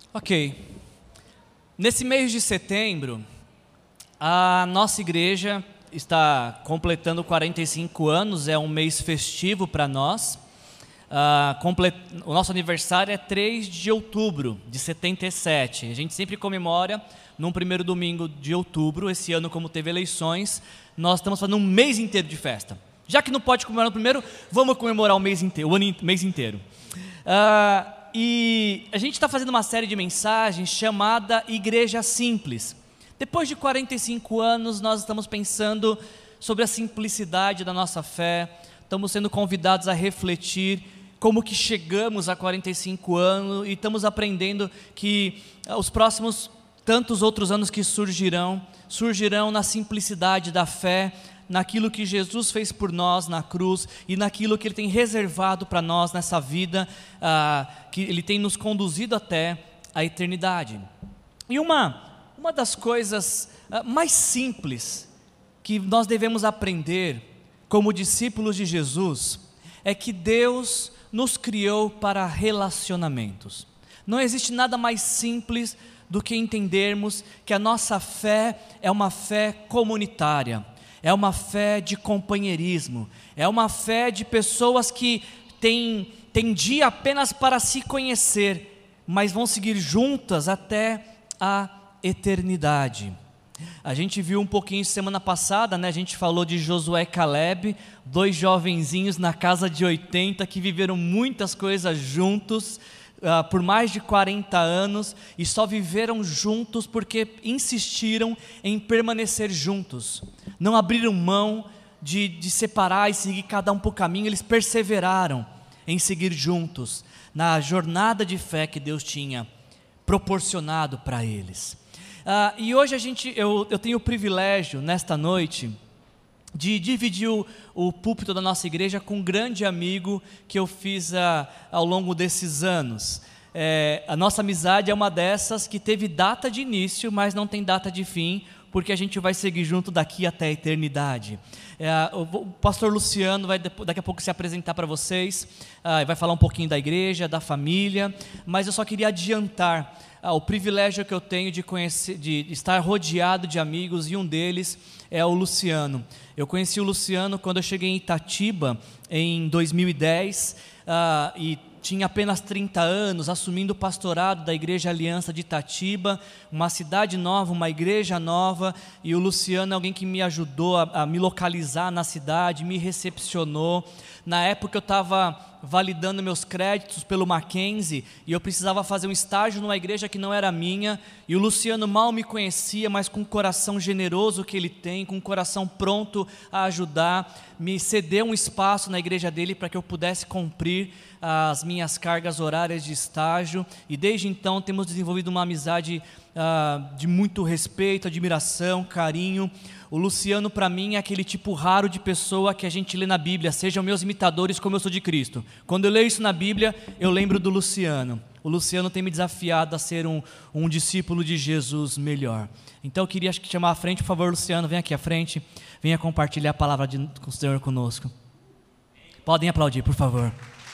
Ok. Nesse mês de setembro, a nossa igreja está completando 45 anos, é um mês festivo para nós. O nosso aniversário é 3 de outubro de 77. A gente sempre comemora num primeiro domingo de outubro. Esse ano, como teve eleições, nós estamos fazendo um mês inteiro de festa. Já que não pode comemorar no primeiro, vamos comemorar o mês inteiro, mês inteiro. E a gente está fazendo uma série de mensagens chamada Igreja Simples. Depois de 45 anos, nós estamos pensando sobre a simplicidade da nossa fé. Estamos sendo convidados a refletir como que chegamos a 45 anos e estamos aprendendo que os próximos tantos outros anos que surgirão na simplicidade da fé, naquilo que Jesus fez por nós na cruz e naquilo que Ele tem reservado para nós nessa vida, que Ele tem nos conduzido até a eternidade. E uma das coisas mais simples que nós devemos aprender como discípulos de Jesus é que Deus nos criou para relacionamentos. Não existe nada mais simples do que entendermos que a nossa fé é uma fé comunitária, é uma fé de companheirismo, é uma fé de pessoas que têm dia apenas para se conhecer, mas vão seguir juntas até a eternidade. A gente viu um pouquinho semana passada, né? A gente falou de Josué e Caleb, dois jovenzinhos na casa de 80 que viveram muitas coisas juntos, por mais de 40 anos, e só viveram juntos porque insistiram em permanecer juntos, não abriram mão de separar e seguir cada um por caminho. Eles perseveraram em seguir juntos na jornada de fé que Deus tinha proporcionado para eles. E hoje eu tenho o privilégio, nesta noite, de dividir o púlpito da nossa igreja com um grande amigo que eu fiz ao longo desses anos. A nossa amizade é uma dessas que teve data de início, mas não tem data de fim, porque a gente vai seguir junto daqui até a eternidade. O pastor Luciano vai daqui a pouco se apresentar para vocês, vai falar um pouquinho da igreja, da família, mas eu só queria adiantar o privilégio que eu tenho de estar rodeado de amigos, e um deles é o Luciano. Eu conheci o Luciano quando eu cheguei em Itatiba em 2010, e tinha apenas 30 anos, assumindo o pastorado da Igreja Aliança de Itatiba, uma cidade nova, uma igreja nova, e o Luciano é alguém que me ajudou a me localizar na cidade, me recepcionou. Na época eu estava validando meus créditos pelo Mackenzie, e eu precisava fazer um estágio numa igreja que não era minha, e o Luciano mal me conhecia, mas com o coração generoso que ele tem, com o coração pronto a ajudar, me cedeu um espaço na igreja dele para que eu pudesse cumprir as minhas cargas horárias de estágio, e desde então temos desenvolvido uma amizade de muito respeito, admiração, carinho. O Luciano, para mim, é aquele tipo raro de pessoa que a gente lê na Bíblia: sejam meus imitadores como eu sou de Cristo. Quando eu leio isso na Bíblia, eu lembro do Luciano. O Luciano tem me desafiado a ser um discípulo de Jesus melhor. Então eu queria chamar à frente, por favor, Luciano, vem aqui à frente, venha compartilhar a palavra com o Senhor conosco. Podem aplaudir, por favor.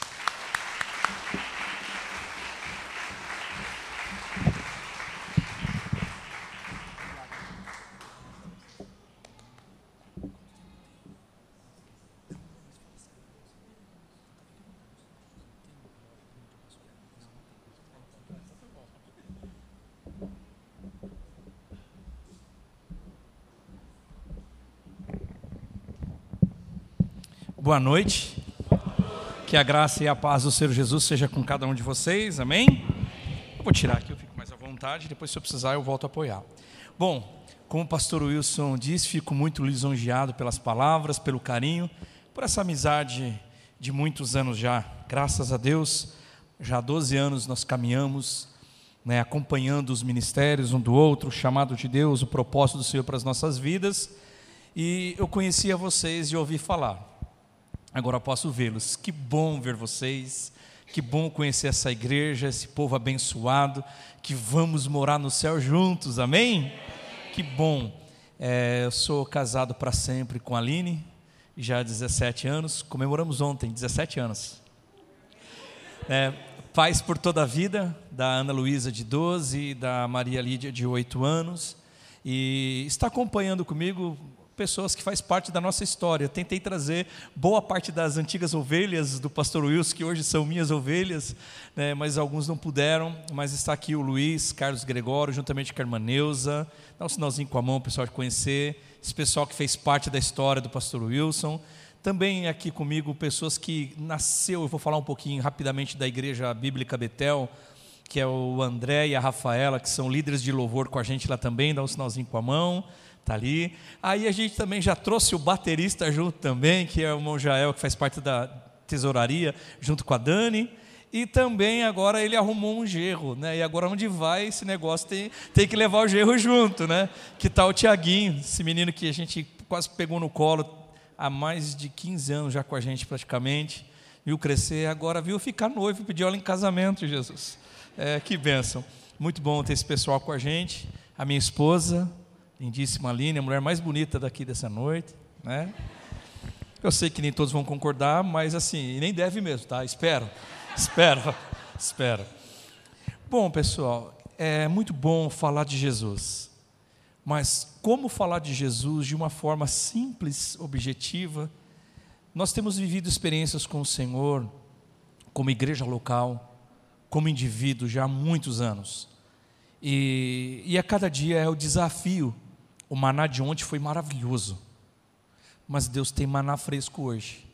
Boa noite, que a graça e a paz do Senhor Jesus seja com cada um de vocês, amém? Vou tirar aqui, eu fico mais à vontade, depois se eu precisar eu volto a apoiar. Bom, como o pastor Wilson disse, fico muito lisonjeado pelas palavras, pelo carinho, por essa amizade de muitos anos já, graças a Deus. Já há 12 anos nós caminhamos, acompanhando os ministérios um do outro, o chamado de Deus, o propósito do Senhor para as nossas vidas, e eu conhecia vocês e ouvi falar. Agora posso vê-los. Que bom ver vocês, que bom conhecer essa igreja, esse povo abençoado, que vamos morar no céu juntos, amém? Que bom. Eu sou casado para sempre com a Aline, já há 17 anos, comemoramos ontem, 17 anos. Pais por toda a vida, da Ana Luísa de 12 e da Maria Lídia de 8 anos, e está acompanhando comigo pessoas que fazem parte da nossa história. Tentei trazer boa parte das antigas ovelhas do pastor Wilson, que hoje são minhas ovelhas, né, mas alguns não puderam, mas está aqui o Luiz Carlos Gregório, juntamente com a irmã Neuza. Dá um sinalzinho com a mão para o pessoal conhecer, esse pessoal que fez parte da história do pastor Wilson. Também aqui comigo pessoas que nasceu, eu vou falar um pouquinho rapidamente da Igreja Bíblica Betel, que é o André e a Rafaela, que são líderes de louvor com a gente lá também. Dá um sinalzinho com a mão, está ali. Aí a gente também já trouxe o baterista junto também, que é o irmão Jael, que faz parte da tesouraria, junto com a Dani. E também agora ele arrumou um genro, né? E agora onde vai esse negócio tem que levar o genro junto, né? Que tal o Tiaguinho, esse menino que a gente quase pegou no colo há mais de 15 anos já com a gente praticamente, viu crescer, agora viu ficar noivo e pediu ela em casamento, Jesus. Que bênção. Muito bom ter esse pessoal com a gente. A minha esposa, lindíssima Aline, a mulher mais bonita daqui dessa noite, né? Eu sei que nem todos vão concordar, mas assim, nem deve mesmo, tá? Espero. Bom, pessoal, é muito bom falar de Jesus, mas como falar de Jesus de uma forma simples, objetiva? Nós temos vivido experiências com o Senhor, como igreja local, como indivíduo, já há muitos anos, e a cada dia é o desafio. O maná de ontem foi maravilhoso, mas Deus tem maná fresco hoje,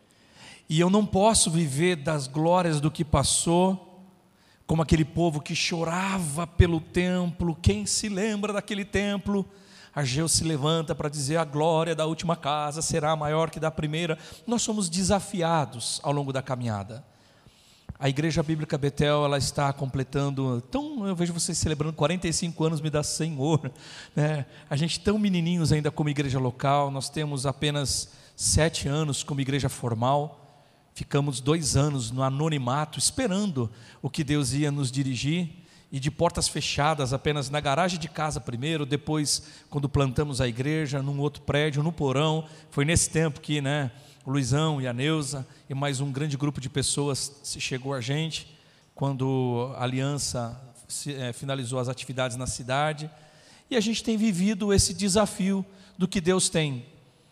e eu não posso viver das glórias do que passou, como aquele povo que chorava pelo templo. Quem se lembra daquele templo? Ageu se levanta para dizer: a glória da última casa será maior que da primeira. Nós somos desafiados ao longo da caminhada. A Igreja Bíblica Betel, ela está completando, eu vejo vocês celebrando 45 anos, me dá Senhor, né? A gente tão menininhos ainda como igreja local, nós temos apenas 7 anos como igreja formal, ficamos 2 anos no anonimato, esperando o que Deus ia nos dirigir, e de portas fechadas, apenas na garagem de casa primeiro, depois quando plantamos a igreja, num outro prédio, no porão. Foi nesse tempo que, né, o Luizão e a Neuza e mais um grande grupo de pessoas se chegou a gente, quando a Aliança finalizou as atividades na cidade, e a gente tem vivido esse desafio do que Deus tem.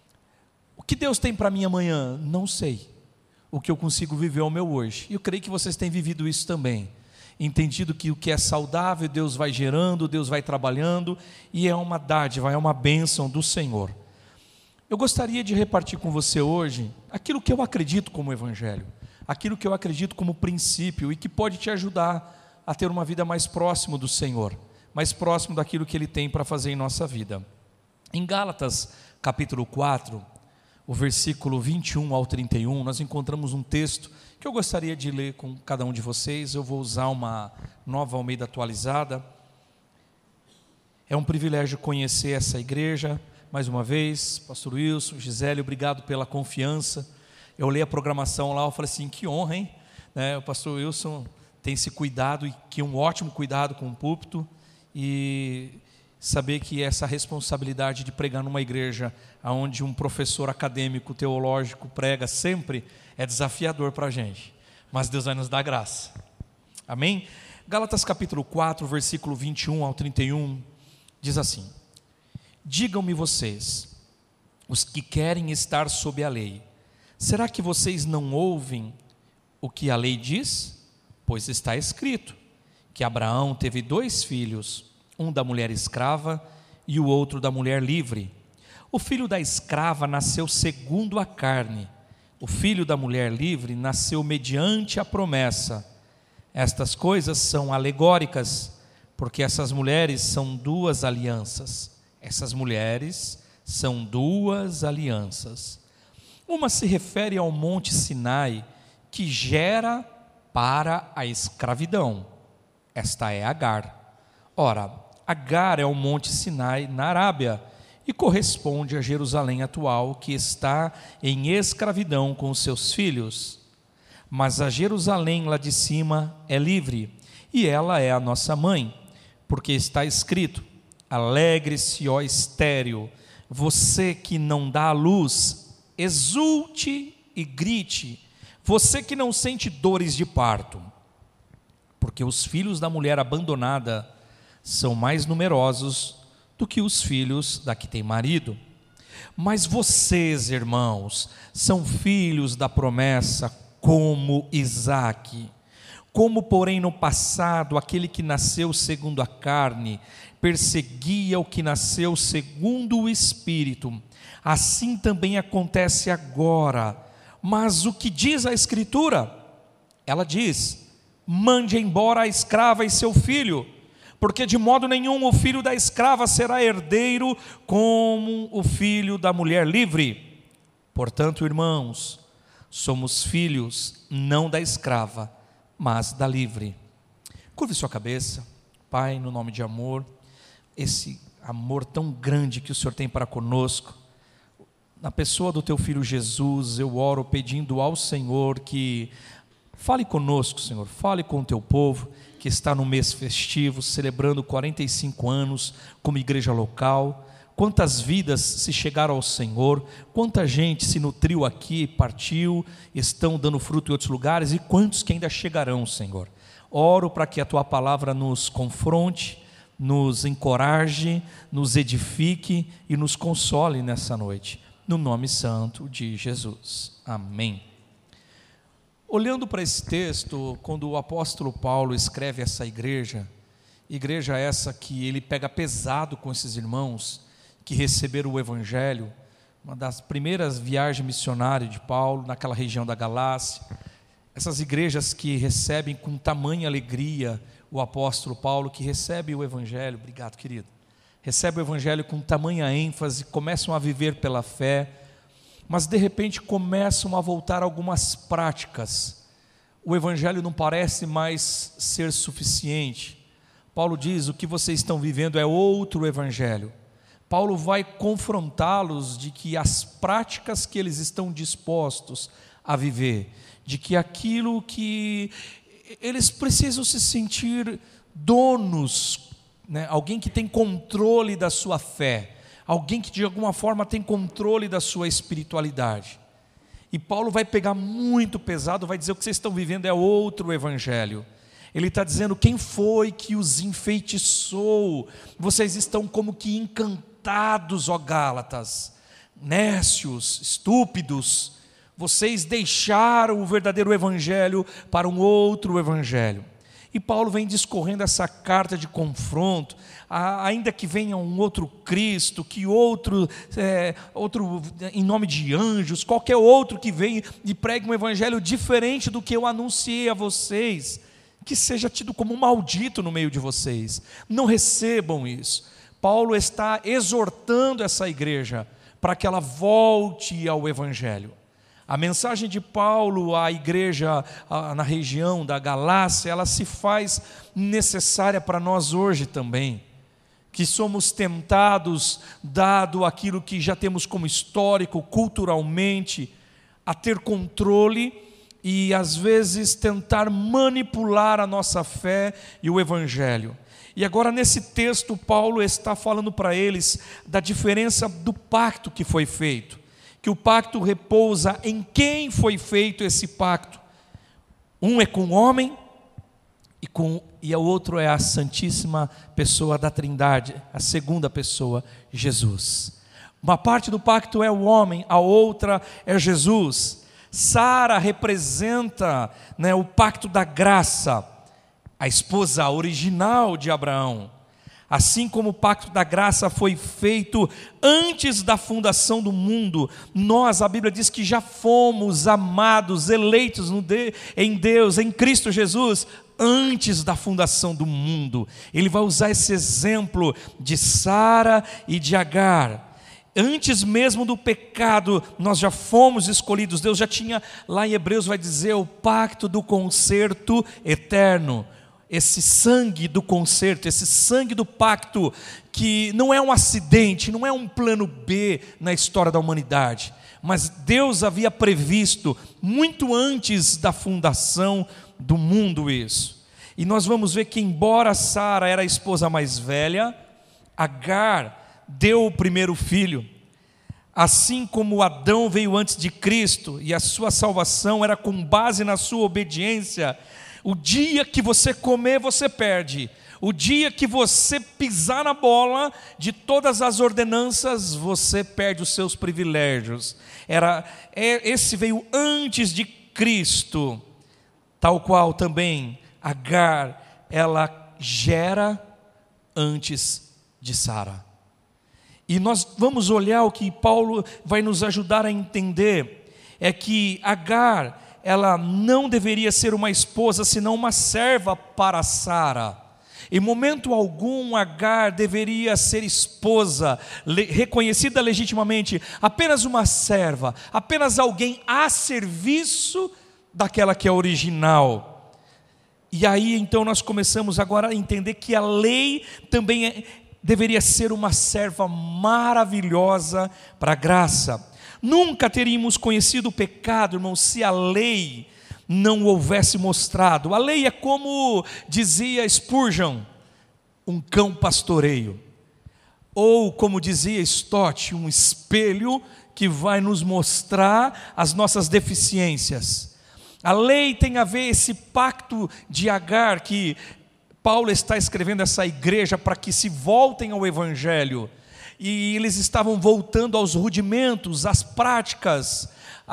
O que Deus tem para mim amanhã? Não sei. O que eu consigo viver é o meu hoje, e eu creio que vocês têm vivido isso também, entendido que o que é saudável, Deus vai gerando, Deus vai trabalhando, e é uma dádiva, é uma bênção do Senhor. Eu gostaria de repartir com você hoje aquilo que eu acredito como evangelho, aquilo que eu acredito como princípio, e que pode te ajudar a ter uma vida mais próximo do Senhor, mais próximo daquilo que Ele tem para fazer em nossa vida. Em Gálatas capítulo 4, o versículo 21 ao 31, nós encontramos um texto que eu gostaria de ler com cada um de vocês. Eu vou usar uma Nova Almeida atualizada. É um privilégio conhecer essa igreja, mais uma vez. Pastor Wilson, Gisele, obrigado pela confiança. Eu olhei a programação lá, eu falei assim, que honra, hein? O pastor Wilson tem esse cuidado, e que um ótimo cuidado com o púlpito, e saber que essa responsabilidade de pregar numa igreja onde um professor acadêmico teológico prega sempre é desafiador para a gente, mas Deus vai nos dar graça, amém? Gálatas capítulo 4, versículo 21 ao 31, diz assim: digam-me vocês, os que querem estar sob a lei, será que vocês não ouvem o que a lei diz? Pois está escrito que Abraão teve 2 filhos, um da mulher escrava e o outro da mulher livre. O filho da escrava nasceu segundo a carne, o filho da mulher livre nasceu mediante a promessa. Estas coisas são alegóricas, porque essas mulheres são 2 alianças. Essas mulheres são 2 alianças. Uma se refere ao monte Sinai, que gera para a escravidão. Esta é Agar. Ora, Agar é o monte Sinai na Arábia e corresponde a Jerusalém atual, que está em escravidão com os seus filhos. Mas a Jerusalém lá de cima é livre, e ela é a nossa mãe, porque está escrito: alegre-se, ó estéril, você que não dá à luz, exulte e grite, você que não sente dores de parto. porque os filhos da mulher abandonada são mais numerosos do que os filhos da que tem marido. Mas vocês, irmãos, são filhos da promessa como Isaque. Como, porém, no passado, aquele que nasceu segundo a carne perseguia o que nasceu segundo o Espírito, assim também acontece agora. Mas o que diz a Escritura? Ela diz: mande embora a escrava e seu filho, porque de modo nenhum o filho da escrava será herdeiro como o filho da mulher livre. Portanto, irmãos, somos filhos não da escrava, mas da livre. Curve sua cabeça. Pai, no nome de amor, esse amor tão grande que o Senhor tem para conosco, na pessoa do teu Filho Jesus, eu oro pedindo ao Senhor que fale conosco, Senhor, fale com o teu povo que está no mês festivo, celebrando 45 anos como igreja local. Quantas vidas se chegaram ao Senhor, quanta gente se nutriu aqui, partiu, estão dando fruto em outros lugares, e quantos que ainda chegarão, Senhor. Oro para que a tua palavra nos confronte, nos encoraje, nos edifique e nos console nessa noite, no nome santo de Jesus, amém. Olhando para esse texto, quando o apóstolo Paulo escreve essa igreja essa que ele pega pesado com esses irmãos que receberam o evangelho, uma das primeiras viagens missionárias de Paulo, naquela região da Galácia, essas igrejas que recebem com tamanha alegria o apóstolo Paulo, que recebe o evangelho, obrigado querido, recebe o evangelho com tamanha ênfase, começam a viver pela fé, mas de repente começam a voltar algumas práticas, o evangelho não parece mais ser suficiente. Paulo diz: o que vocês estão vivendo é outro evangelho. Paulo vai confrontá-los de que as práticas que eles estão dispostos a viver, de que aquilo que eles precisam se sentir donos, né? Alguém que tem controle da sua fé, alguém que de alguma forma tem controle da sua espiritualidade. E Paulo vai pegar muito pesado, vai dizer: o que vocês estão vivendo é outro evangelho. Ele está dizendo: quem foi que os enfeitiçou? Vocês estão como que encantados, ó Gálatas, nécios, estúpidos. Vocês deixaram o verdadeiro evangelho para um outro evangelho. E Paulo vem discorrendo essa carta de confronto, ainda que venha um outro Cristo, que outro em nome de anjos, qualquer outro que venha e pregue um evangelho diferente do que eu anunciei a vocês, que seja tido como um maldito no meio de vocês. Não recebam isso. Paulo está exortando essa igreja para que ela volte ao evangelho. A mensagem de Paulo à igreja na região da Galácia, ela se faz necessária para nós hoje também, que somos tentados, dado aquilo que já temos como histórico, culturalmente, a ter controle e às vezes tentar manipular a nossa fé e o evangelho. E agora nesse texto Paulo está falando para eles da diferença do pacto que foi feito, que o pacto repousa em quem foi feito esse pacto. Um é com o homem e o outro é a santíssima pessoa da Trindade, a segunda pessoa, Jesus. Uma parte do pacto é o homem, a outra é Jesus. Sara representa, né, o pacto da graça, a esposa original de Abraão. Assim como o pacto da graça foi feito antes da fundação do mundo, nós, a Bíblia diz que já fomos amados, eleitos em Deus, em Cristo Jesus, antes da fundação do mundo. Ele vai usar esse exemplo de Sara e de Agar. Antes mesmo do pecado, nós já fomos escolhidos. Deus já tinha, lá em Hebreus vai dizer, o pacto do concerto eterno. Esse sangue do concerto, esse sangue do pacto, que não é um acidente, não é um plano B na história da humanidade, mas Deus havia previsto, muito antes da fundação do mundo isso. E nós vamos ver que embora Sara era a esposa mais velha, Agar deu o primeiro filho. Assim como Adão veio antes de Cristo, e a sua salvação era com base na sua obediência, O dia que você comer, você perde. O dia que você pisar na bola de todas as ordenanças, você perde os seus privilégios. Esse veio antes de Cristo, tal qual também Agar, ela gera antes de Sara. E nós vamos olhar o que Paulo vai nos ajudar a entender, é que Agar, ela não deveria ser uma esposa, senão uma serva para Sara. Em momento algum, Agar deveria ser esposa, reconhecida legitimamente, apenas uma serva, apenas alguém a serviço daquela que é original. E aí então nós começamos agora a entender que a lei também deveria ser uma serva maravilhosa para a graça. Nunca teríamos conhecido o pecado, irmãos, se a lei não o houvesse mostrado. A lei é como dizia Spurgeon, um cão pastoreio. Ou como dizia Stott, um espelho que vai nos mostrar as nossas deficiências. A lei tem a ver esse pacto de Agar, que Paulo está escrevendo essa igreja para que se voltem ao Evangelho. E eles estavam voltando aos rudimentos, às práticas,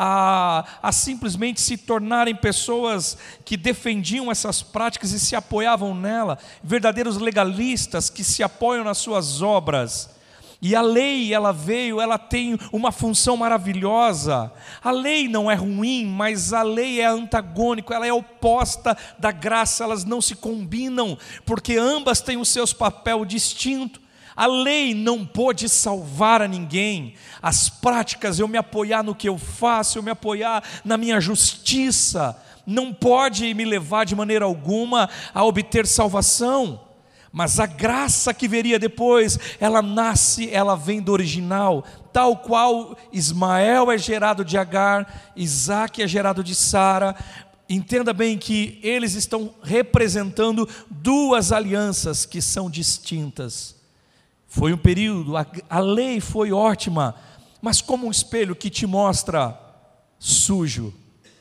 a simplesmente se tornarem pessoas que defendiam essas práticas e se apoiavam nela, verdadeiros legalistas que se apoiam nas suas obras. E a lei, ela veio, ela tem uma função maravilhosa. A lei não é ruim, mas a lei é antagônica, ela é oposta da graça, elas não se combinam, porque ambas têm os seus papéis distintos. A lei não pôde salvar a ninguém. As práticas, eu me apoiar no que eu faço, eu me apoiar na minha justiça, não pode me levar de maneira alguma a obter salvação. Mas a graça que viria depois, ela nasce, ela vem do original, tal qual Ismael é gerado de Agar, Isaac é gerado de Sara. Entenda bem que eles estão representando duas alianças que são distintas. Foi um período, a lei foi ótima, mas como um espelho que te mostra sujo,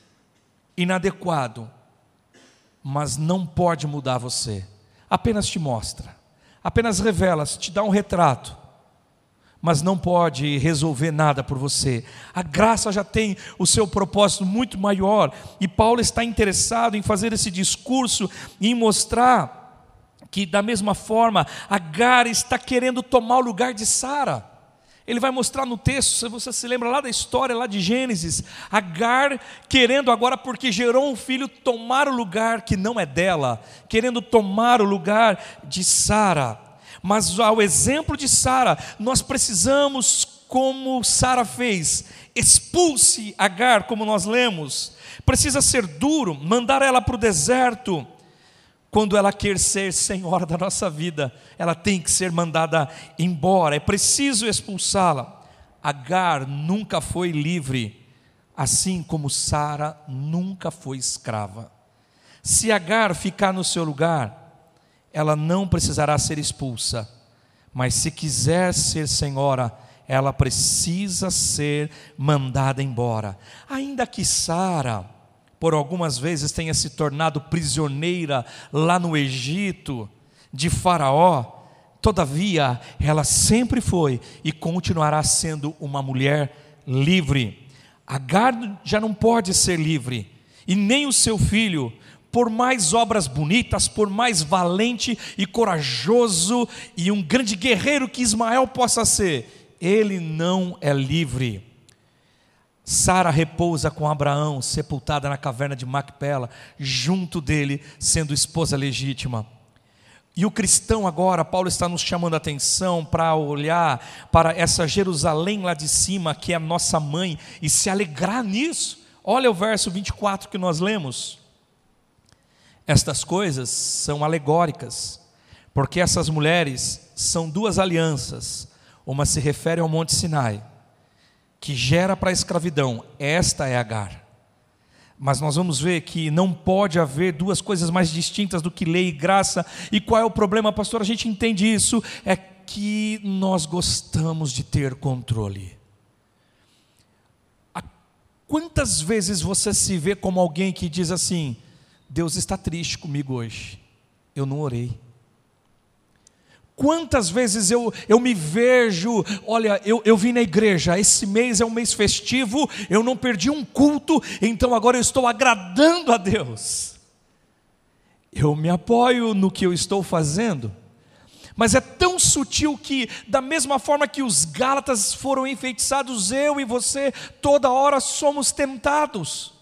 inadequado, mas não pode mudar você. Apenas te mostra, apenas revela, te dá um retrato, mas não pode resolver nada por você. A graça já tem o seu propósito muito maior, e Paulo está interessado em fazer esse discurso e em mostrar que da mesma forma Agar está querendo tomar o lugar de Sara. Ele vai mostrar no texto, se você se lembra lá da história, lá de Gênesis, Agar querendo agora, porque gerou um filho, tomar o lugar que não é dela, querendo tomar o lugar de Sara. Mas ao exemplo de Sara, nós precisamos, como Sara fez, expulse Agar, como nós lemos. Precisa ser duro, mandar ela para o deserto. Quando ela quer ser senhora da nossa vida, ela tem que ser mandada embora, é preciso expulsá-la. Agar nunca foi livre, assim como Sara nunca foi escrava. Se Agar ficar no seu lugar, ela não precisará ser expulsa, mas se quiser ser senhora, ela precisa ser mandada embora. Ainda que Sara, por algumas vezes, tenha se tornado prisioneira lá no Egito de Faraó, todavia ela sempre foi e continuará sendo uma mulher livre. Agar já não pode ser livre, e nem o seu filho, por mais obras bonitas, por mais valente e corajoso e um grande guerreiro que Ismael possa ser, ele não é livre. Sara repousa com Abraão, sepultada na caverna de Macpela, junto dele, sendo esposa legítima. E o cristão agora, Paulo está nos chamando a atenção para olhar para essa Jerusalém lá de cima, que é a nossa mãe, e se alegrar nisso. Olha o verso 24 que nós lemos. Estas coisas são alegóricas, porque essas mulheres são duas alianças. Uma se refere ao Monte Sinai, que gera para a escravidão, esta é Agar. Mas nós vamos ver que não pode haver duas coisas mais distintas do que lei e graça. E qual é o problema, pastor? A gente entende isso, é que nós gostamos de ter controle. Quantas vezes você se vê como alguém que diz assim: Deus está triste comigo hoje, eu não orei. Quantas vezes eu me vejo, olha, eu vim na igreja, esse mês é um mês festivo, eu não perdi um culto, então agora eu estou agradando a Deus. Eu me apoio no que eu estou fazendo, mas é tão sutil que, da mesma forma que os Gálatas foram enfeitiçados, eu e você, toda hora somos tentados.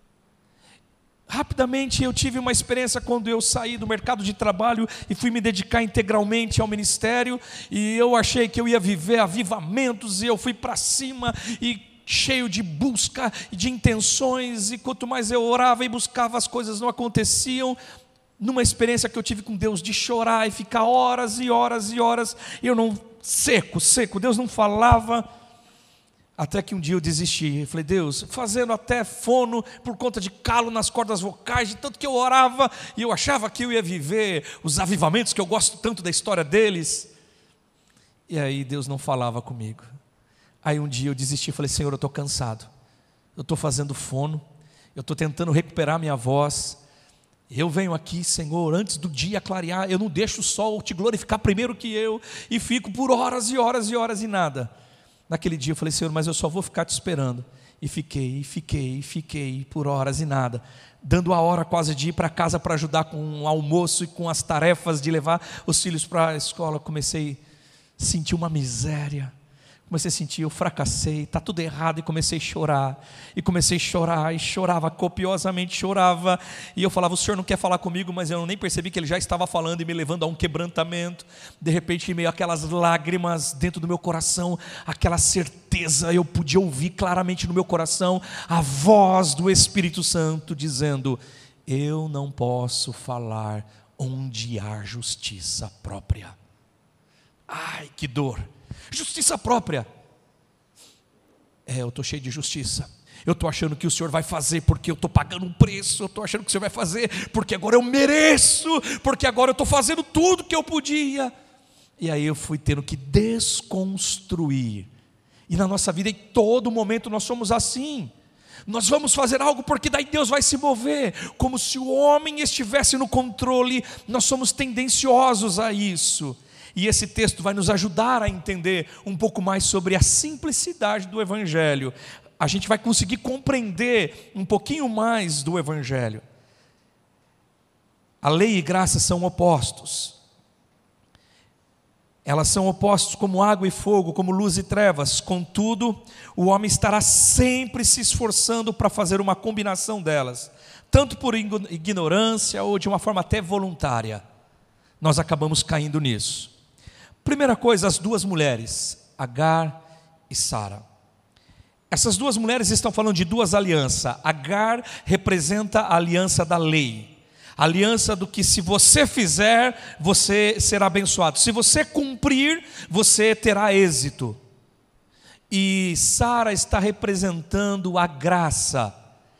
Rapidamente eu tive uma experiência quando eu saí do mercado de trabalho e fui me dedicar integralmente ao ministério, e eu achei que eu ia viver avivamentos, e eu fui para cima, e cheio de busca e de intenções, e quanto mais eu orava e buscava, as coisas não aconteciam. Numa experiência que eu tive com Deus de chorar e ficar horas e horas e horas, eu não, seco, Deus não falava. Até que um dia eu desisti, eu falei, Deus, fazendo até fono por conta de calo nas cordas vocais, de tanto que eu orava, e eu achava que eu ia viver os avivamentos, que eu gosto tanto da história deles, e aí Deus não falava comigo. Aí um dia eu desisti, falei, Senhor, eu estou cansado, eu estou fazendo fono, eu estou tentando recuperar minha voz, eu venho aqui, Senhor, antes do dia clarear, eu não deixo o sol te glorificar primeiro que eu, e fico por horas e horas e horas e nada. Naquele dia eu falei, Senhor, mas eu só vou ficar te esperando. E fiquei por horas e nada, dando a hora quase de ir para casa para ajudar com o almoço e com as tarefas de levar os filhos para a escola. Comecei a sentir uma miséria, comecei a sentir, eu fracassei, está tudo errado, e comecei a chorar, e chorava copiosamente, chorava, e eu falava, o Senhor não quer falar comigo, mas eu nem percebi que Ele já estava falando e me levando a um quebrantamento. De repente, em meio àquelas lágrimas dentro do meu coração, aquela certeza, eu podia ouvir claramente no meu coração a voz do Espírito Santo dizendo, eu não posso falar onde há justiça própria. Ai, que dor! Justiça própria. Eu estou cheio de justiça. Eu estou achando que o Senhor vai fazer porque eu estou pagando um preço. Eu estou achando que o Senhor vai fazer porque agora eu mereço, porque agora eu estou fazendo tudo que eu podia. E aí eu fui tendo que desconstruir. E na nossa vida, em todo momento, nós somos assim. Nós vamos fazer algo porque daí Deus vai se mover, como se o homem estivesse no controle. Nós somos tendenciosos a isso. E esse texto vai nos ajudar a entender um pouco mais sobre a simplicidade do Evangelho. A gente vai conseguir compreender um pouquinho mais do Evangelho. A lei e graça são opostos. Elas são opostos como água e fogo, como luz e trevas. Contudo, o homem estará sempre se esforçando para fazer uma combinação delas, tanto por ignorância ou de uma forma até voluntária. Nós acabamos caindo nisso. Primeira coisa, as duas mulheres, Agar e Sara. Essas duas mulheres estão falando de duas alianças. Agar representa a aliança da lei, a aliança do que se você fizer, você será abençoado. Se você cumprir, você terá êxito. E Sara está representando a graça,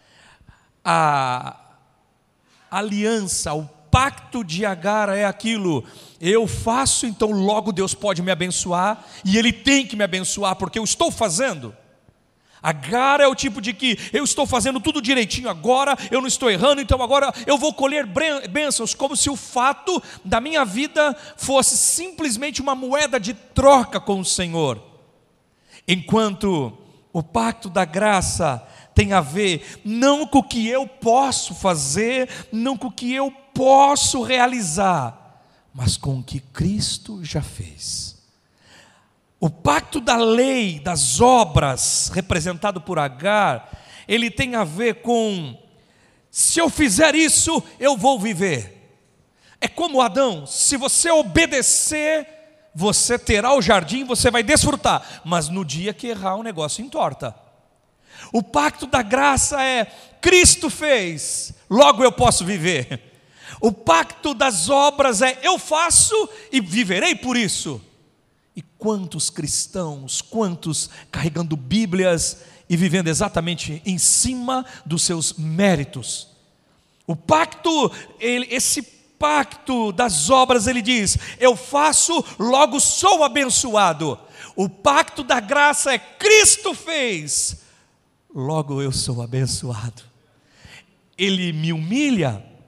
a aliança, o pacto de Agar é aquilo, eu faço, então logo Deus pode me abençoar, e Ele tem que me abençoar, porque eu estou fazendo. Agar é o tipo de que, eu estou fazendo tudo direitinho agora, eu não estou errando, então agora eu vou colher bênçãos, como se o fato da minha vida fosse simplesmente uma moeda de troca com o Senhor. Enquanto o pacto da graça tem a ver não com o que eu posso fazer, não com o que eu posso realizar, mas com o que Cristo já fez. O pacto da lei, das obras, representado por Agar, ele tem a ver com, se eu fizer isso, eu vou viver. É como Adão, se você obedecer, você terá o jardim, você vai desfrutar, mas no dia que errar o negócio entorta. O pacto da graça é, Cristo fez, logo eu posso viver. O pacto das obras é, eu faço e viverei por isso. E quantos cristãos, quantos carregando Bíblias e vivendo exatamente em cima dos seus méritos. O pacto, esse pacto das obras, ele diz, eu faço, logo sou abençoado. O pacto da graça é, Cristo fez, logo eu sou abençoado. Ele me humilha,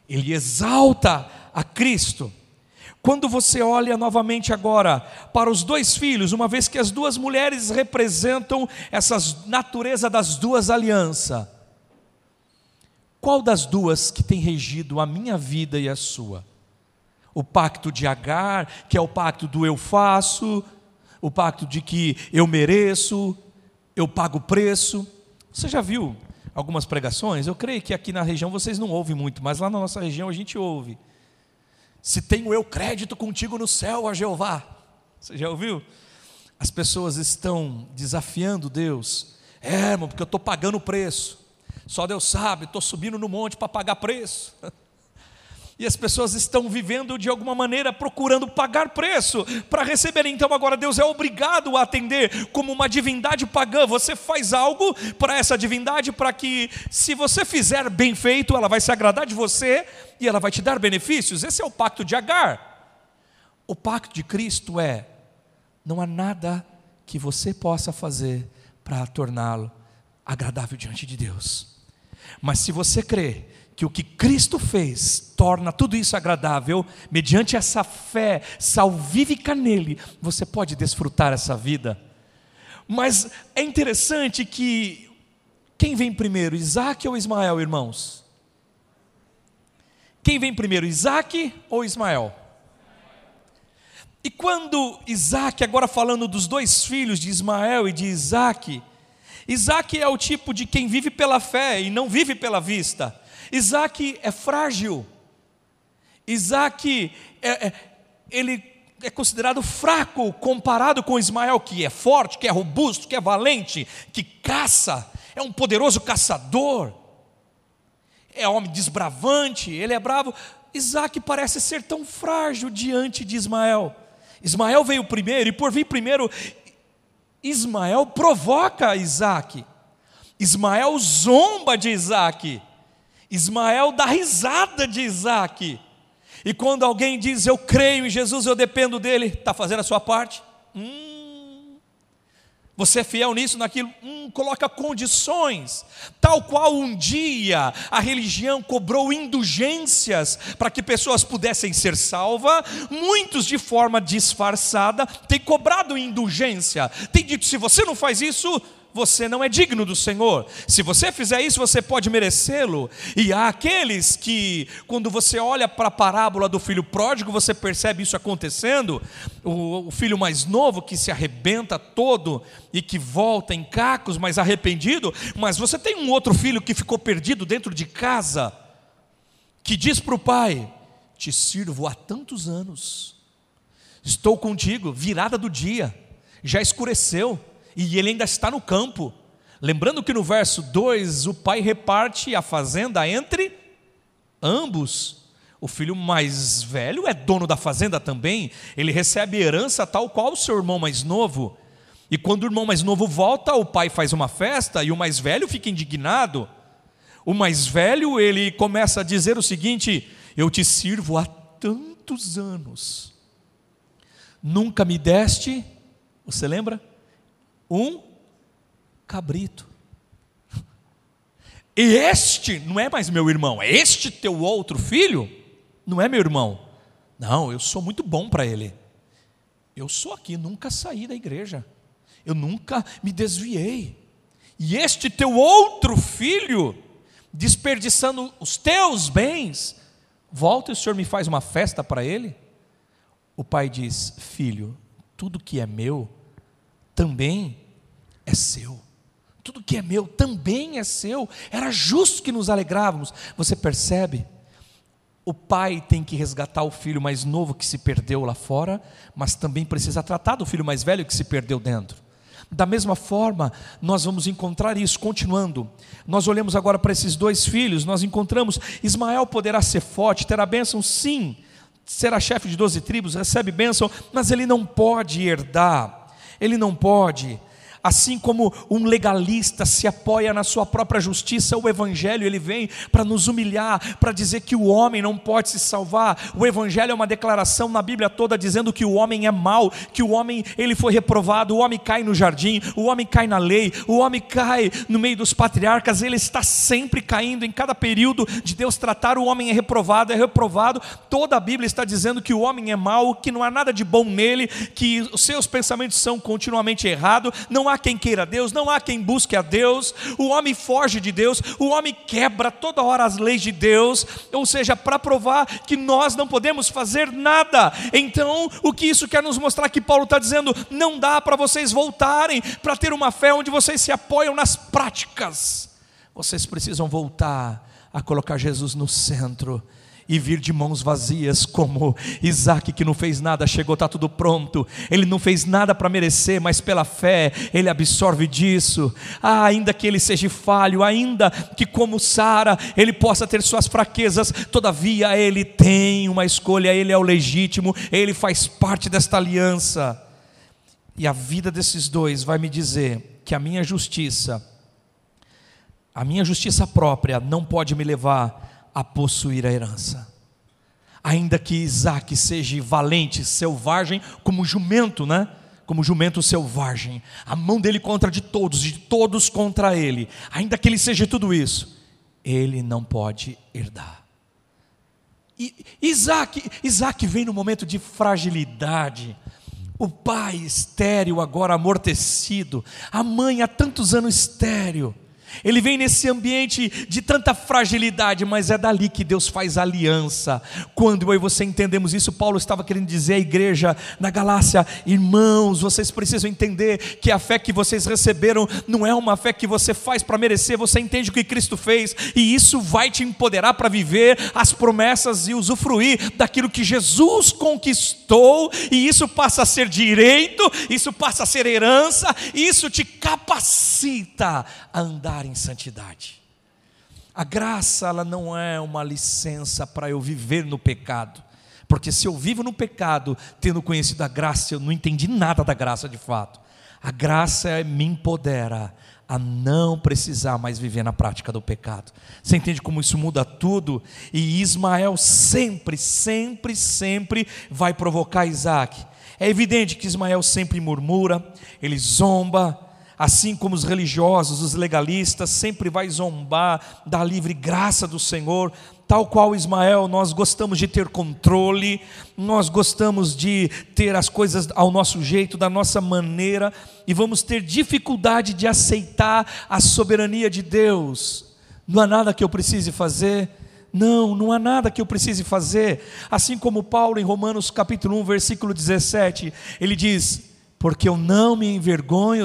ele exalta a Cristo. Quando você olha novamente agora para os dois filhos, uma vez que as duas mulheres representam essa natureza das duas alianças, qual das duas que tem regido a minha vida e a sua? O pacto de Agar, que é o pacto do eu faço, o pacto de que eu mereço, eu pago o preço. Você já viu algumas pregações? Eu creio que aqui na região vocês não ouvem muito, mas lá na nossa região a gente ouve. Se tenho eu crédito contigo no céu, ó Jeová. Você já ouviu? As pessoas estão desafiando Deus. Irmão, porque eu estou pagando o preço. Só Deus sabe, estou subindo no monte para pagar preço. E as pessoas estão vivendo de alguma maneira procurando pagar preço para receber. Então agora Deus é obrigado a atender como uma divindade pagã. Você faz algo para essa divindade para que, se você fizer bem feito, ela vai se agradar de você e ela vai te dar benefícios. Esse é o pacto de Agar. O pacto de Cristo é: não há nada que você possa fazer para torná-lo agradável diante de Deus. Mas se você crê que o que Cristo fez torna tudo isso agradável, mediante essa fé salvífica nele, você pode desfrutar essa vida. Mas é interessante que, quem vem primeiro, Isaac ou Ismael, irmãos? Quem vem primeiro, Isaac ou Ismael? E quando Isaac, agora falando dos dois filhos de Ismael e de Isaac, Isaac é o tipo de quem vive pela fé e não vive pela vista. Isaac é frágil. Isaac ele é considerado fraco comparado com Ismael, que é forte, que é robusto, que é valente, que caça, é um poderoso caçador, é homem desbravante, ele é bravo. Isaac parece ser tão frágil diante de Ismael. Ismael veio primeiro, e por vir primeiro, Ismael provoca Isaac. Ismael zomba de Isaac. Ismael dá risada de Isaac. E quando alguém diz: eu creio em Jesus, eu dependo dele, está fazendo a sua parte? Você é fiel nisso, naquilo? Coloca condições. Tal qual um dia a religião cobrou indulgências para que pessoas pudessem ser salvas, muitos de forma disfarçada têm cobrado indulgência. Tem dito: se você não faz isso, você não é digno do Senhor. Se você fizer isso, você pode merecê-lo. E há aqueles que, quando você olha para a parábola do filho pródigo, você percebe isso acontecendo. O filho mais novo que se arrebenta todo e que volta em cacos, mas arrependido. Mas você tem um outro filho que ficou perdido dentro de casa, que diz para o pai: te sirvo há tantos anos, estou contigo, virada do dia, já escureceu, e ele ainda está no campo. Lembrando que no verso 2, o pai reparte a fazenda entre ambos. O filho mais velho é dono da fazenda também. Ele recebe herança tal qual o seu irmão mais novo. E quando o irmão mais novo volta, o pai faz uma festa e o mais velho fica indignado. O mais velho, ele começa a dizer o seguinte: eu te sirvo há tantos anos, nunca me deste, você lembra? Um cabrito. E este não é mais meu irmão, é este teu outro filho, não é meu irmão. Não, eu sou muito bom para ele. Eu sou aqui, nunca saí da igreja, eu nunca me desviei. E este teu outro filho, desperdiçando os teus bens, volta e o Senhor me faz uma festa para ele? O pai diz: filho, tudo que é meu também é seu. Tudo que é meu também é seu. Era justo que nos alegrávamos. Você percebe? O pai tem que resgatar o filho mais novo que se perdeu lá fora, mas também precisa tratar do filho mais velho que se perdeu dentro. Da mesma forma, nós vamos encontrar isso. Continuando, nós olhamos agora para esses dois filhos. Nós encontramos: Ismael poderá ser forte, terá bênção, sim, será chefe de 12 tribos, recebe bênção, mas ele não pode herdar. Ele não pode. Assim como um legalista se apoia na sua própria justiça, o Evangelho ele vem para nos humilhar, para dizer que o homem não pode se salvar. O Evangelho é uma declaração na Bíblia toda dizendo que o homem é mau, que o homem ele foi reprovado, o homem cai no jardim, o homem cai na lei, o homem cai no meio dos patriarcas, ele está sempre caindo. Em cada período de Deus tratar, o homem é reprovado. Toda a Bíblia está dizendo que o homem é mau, que não há nada de bom nele, que os seus pensamentos são continuamente errados, não há quem queira Deus, não há quem busque a Deus, o homem foge de Deus, o homem quebra toda hora as leis de Deus, ou seja, para provar que nós não podemos fazer nada. Então, o que isso quer nos mostrar? Que Paulo está dizendo, não dá para vocês voltarem para ter uma fé onde vocês se apoiam nas práticas. Vocês precisam voltar a colocar Jesus no centro e vir de mãos vazias, como Isaac, que não fez nada, chegou, está tudo pronto. Ele não fez nada para merecer, mas pela fé ele absorve disso. Ainda que ele seja falho, ainda que como Sara ele possa ter suas fraquezas, todavia ele tem uma escolha, ele é o legítimo, ele faz parte desta aliança. E a vida desses dois vai me dizer que a minha justiça própria não pode me levar a possuir a herança. Ainda que Isaac seja valente, selvagem, como jumento, né? Como jumento selvagem, a mão dele contra de todos contra ele, ainda que ele seja tudo isso, ele não pode herdar. E Isaac vem no momento de fragilidade, o pai estéril agora amortecido, a mãe há tantos anos estéril. Ele vem nesse ambiente de tanta fragilidade, mas é dali que Deus faz aliança. Quando eu e você entendemos isso, Paulo estava querendo dizer à igreja na Galácia: irmãos, vocês precisam entender que a fé que vocês receberam não é uma fé que você faz para merecer. Você entende o que Cristo fez, e isso vai te empoderar para viver as promessas e usufruir daquilo que Jesus conquistou, e isso passa a ser direito, isso passa a ser herança, e isso te capacita a andar em santidade. A graça, ela não é uma licença para eu viver no pecado, porque se eu vivo no pecado, tendo conhecido a graça, eu não entendi nada da graça de fato. A graça me empodera a não precisar mais viver na prática do pecado. Você entende como isso muda tudo? E Ismael sempre vai provocar Isaac. É evidente que Ismael sempre murmura, ele zomba, assim como os religiosos, os legalistas, sempre vai zombar da livre graça do Senhor. Tal qual Ismael, nós gostamos de ter controle, nós gostamos de ter as coisas ao nosso jeito, da nossa maneira, e vamos ter dificuldade de aceitar a soberania de Deus. Não há nada que eu precise fazer. Não há nada que eu precise fazer. Assim como Paulo em Romanos capítulo 1, versículo 17, ele diz: porque eu não me envergonho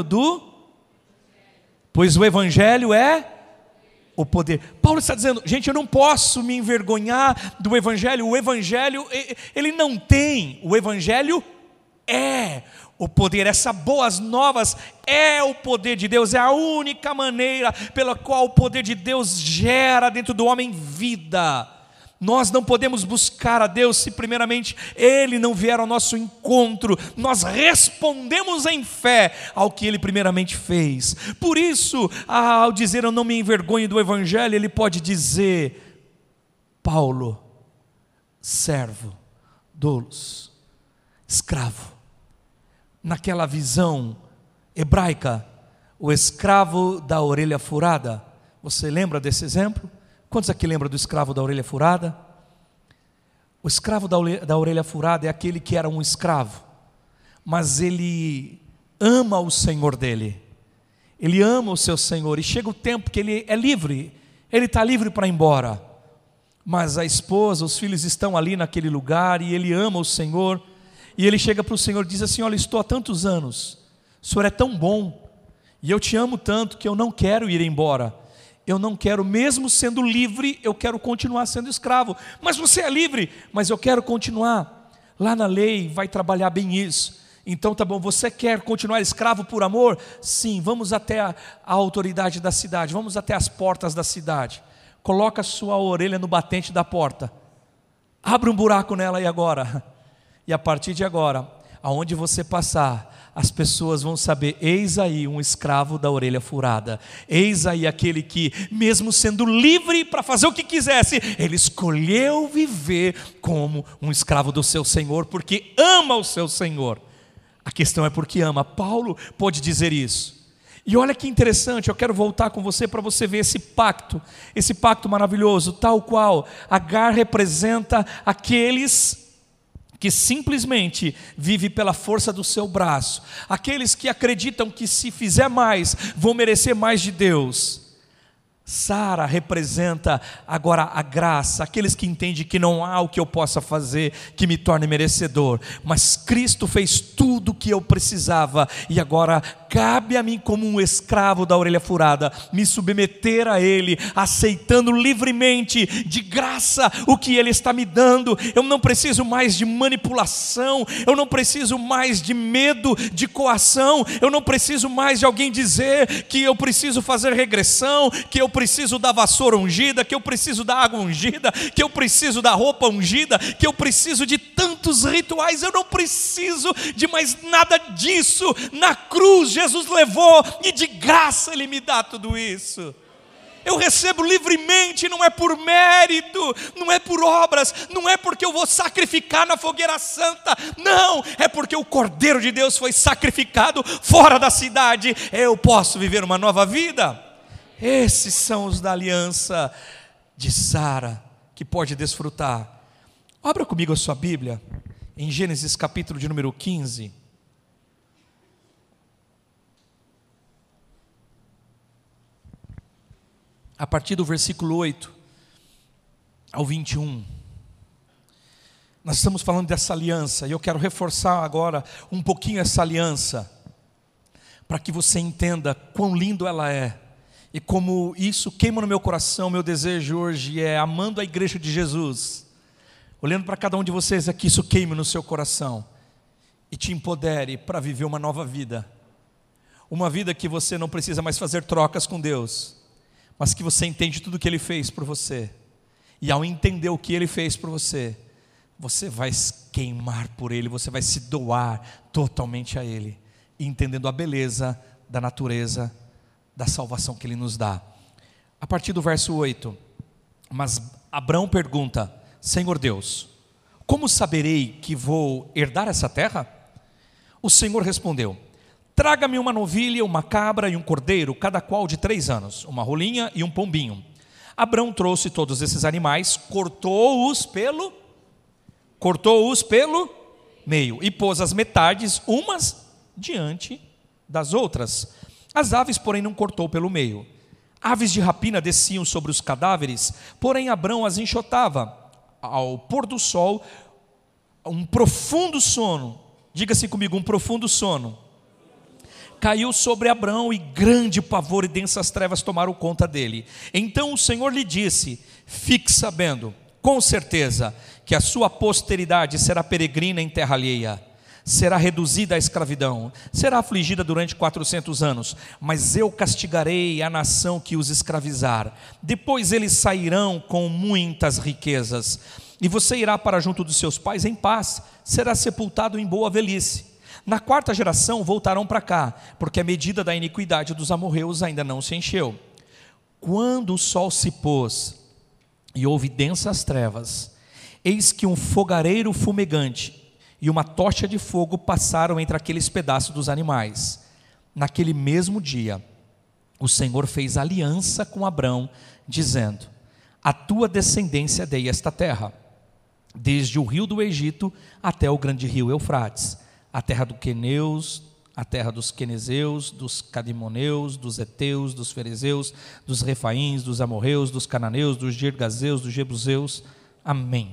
pois o Evangelho é o poder. Paulo está dizendo, gente, eu não posso me envergonhar do Evangelho. O Evangelho, ele não tem, o Evangelho é o poder. Essas boas novas é o poder de Deus, é a única maneira pela qual o poder de Deus gera dentro do homem vida. Nós não podemos buscar a Deus se primeiramente Ele não vier ao nosso encontro. Nós respondemos em fé ao que Ele primeiramente fez. Por isso, ao dizer eu não me envergonho do Evangelho, ele pode dizer: Paulo, servo, doulos, escravo. Naquela visão hebraica, o escravo da orelha furada. Você lembra desse exemplo? Quantos aqui lembram do escravo da orelha furada? O escravo da orelha furada é aquele que era um escravo, mas ele ama o senhor dele, ele ama o seu senhor, e chega o tempo que ele é livre, ele está livre para ir embora, mas a esposa, os filhos estão ali naquele lugar, e ele ama o Senhor, e ele chega para o Senhor e diz assim: olha, estou há tantos anos, o Senhor é tão bom, e eu te amo tanto que eu não quero ir embora. Eu não quero, mesmo sendo livre, eu quero continuar sendo escravo. Mas você é livre, mas eu quero continuar. Lá na lei vai trabalhar bem isso. Então tá bom, você quer continuar escravo por amor? Sim, vamos até a autoridade da cidade, vamos até as portas da cidade. Coloca a sua orelha no batente da porta. Abre um buraco nela aí agora. E a partir de agora, aonde você passar, as pessoas vão saber: eis aí um escravo da orelha furada, eis aí aquele que, mesmo sendo livre para fazer o que quisesse, ele escolheu viver como um escravo do seu Senhor, porque ama o seu Senhor. A questão é porque ama. Paulo pode dizer isso. E olha que interessante, eu quero voltar com você para você ver esse pacto maravilhoso, tal qual Agar representa aqueles que simplesmente vive pela força do seu braço, aqueles que acreditam que se fizer mais, vão merecer mais de Deus. Sara representa agora a graça, aqueles que entendem que não há o que eu possa fazer que me torne merecedor, mas Cristo fez tudo o que eu precisava, e agora cabe a mim, como um escravo da orelha furada, me submeter a Ele, aceitando livremente, de graça, o que Ele está me dando. Eu não preciso mais de manipulação, eu não preciso mais de medo, de coação, eu não preciso mais de alguém dizer que eu preciso fazer regressão, que eu preciso da vassoura ungida, que eu preciso da água ungida, que eu preciso da roupa ungida, que eu preciso de tantos rituais. Eu não preciso de mais nada disso. Na cruz Jesus levou, e de graça Ele me dá tudo isso. Eu recebo livremente, não é por mérito, não é por obras, não é porque eu vou sacrificar na fogueira santa, não, é porque o Cordeiro de Deus foi sacrificado fora da cidade. Eu posso viver uma nova vida. Esses são os da aliança de Sara, que pode desfrutar. Abra comigo a sua Bíblia em Gênesis capítulo de número 15. A partir do versículo 8 ao 21. Nós estamos falando dessa aliança, e eu quero reforçar agora um pouquinho essa aliança, para que você entenda quão lindo ela é. E como isso queima no meu coração. Meu desejo hoje é, amando a igreja de Jesus, olhando para cada um de vocês aqui, isso queime no seu coração e te empodere para viver uma nova vida. Uma vida que você não precisa mais fazer trocas com Deus, mas que você entende tudo o que Ele fez por você. E ao entender o que Ele fez por você, você vai queimar por Ele, você vai se doar totalmente a Ele, entendendo a beleza da natureza da salvação que Ele nos dá. A partir do verso 8, mas Abrão pergunta: Senhor Deus, como saberei que vou herdar essa terra? O Senhor respondeu: traga-me uma novilha, uma cabra e um cordeiro, cada qual de 3 anos, uma rolinha e um pombinho. Abrão trouxe todos esses animais, cortou-os pelo meio, e pôs as metades umas diante das outras. As aves, porém, não cortou pelo meio. Aves de rapina desciam sobre os cadáveres, porém Abrão as enxotava. Ao pôr do sol, um profundo sono, diga-se comigo, um profundo sono, caiu sobre Abrão, e grande pavor e densas trevas tomaram conta dele. Então o Senhor lhe disse: fique sabendo, com certeza, que a sua posteridade será peregrina em terra alheia, será reduzida à escravidão, será afligida durante 400 anos, mas eu castigarei a nação que os escravizar. Depois eles sairão com muitas riquezas, e você irá para junto dos seus pais em paz, será sepultado em boa velhice. Na 4ª geração voltarão para cá, porque a medida da iniquidade dos amorreus ainda não se encheu. Quando o sol se pôs e houve densas trevas, eis que um fogareiro fumegante e uma tocha de fogo passaram entre aqueles pedaços dos animais. Naquele mesmo dia, o Senhor fez aliança com Abrão, dizendo: a tua descendência dei esta terra, desde o rio do Egito até o grande rio Eufrates, a terra dos queneus, a terra dos quenezeus, dos cadimoneus, dos heteus, dos ferezeus, dos refaíns, dos amorreus, dos cananeus, dos girgazeus, dos jebuseus. Amém.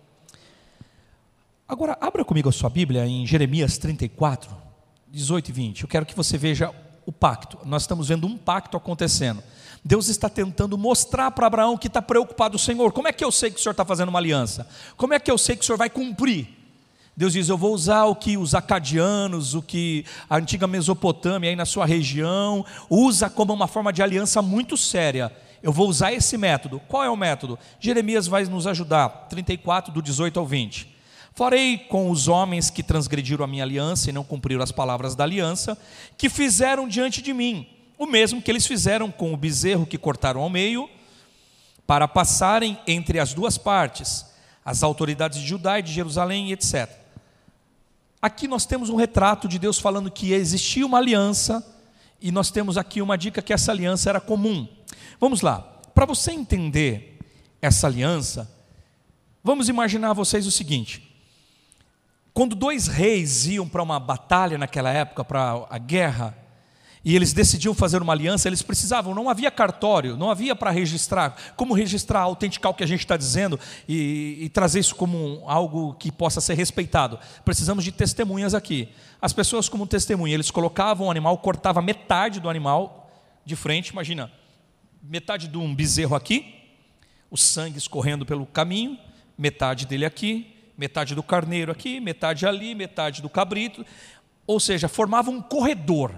Agora, abra comigo a sua Bíblia em Jeremias 34, 18 e 20. Eu quero que você veja o pacto. Nós estamos vendo um pacto acontecendo. Deus está tentando mostrar para Abraão que está preocupado. Senhor, como é que eu sei que o Senhor está fazendo uma aliança? Como é que eu sei que o Senhor vai cumprir? Deus diz: eu vou usar o que os acadianos, o que a antiga Mesopotâmia aí na sua região usa como uma forma de aliança muito séria. Eu vou usar esse método. Qual é o método? Jeremias vai nos ajudar. 34, do 18 ao 20. Farei com os homens que transgrediram a minha aliança e não cumpriram as palavras da aliança, que fizeram diante de mim, o mesmo que eles fizeram com o bezerro que cortaram ao meio, para passarem entre as duas partes, as autoridades de Judá e de Jerusalém, etc. Aqui nós temos um retrato de Deus falando que existia uma aliança, e nós temos aqui uma dica que essa aliança era comum. Vamos lá, para você entender essa aliança, vamos imaginar vocês o seguinte: quando dois reis iam para uma batalha naquela época, para a guerra, e eles decidiam fazer uma aliança, eles precisavam, não havia cartório, não havia para registrar, como registrar, autenticar o que a gente está dizendo e trazer isso como algo que possa ser respeitado. Precisamos de testemunhas aqui. As pessoas como testemunha, eles colocavam o animal, cortava metade do animal de frente, imagina, metade de um bezerro aqui, o sangue escorrendo pelo caminho, metade dele aqui, metade do carneiro aqui, metade ali, metade do cabrito, ou seja, formava um corredor,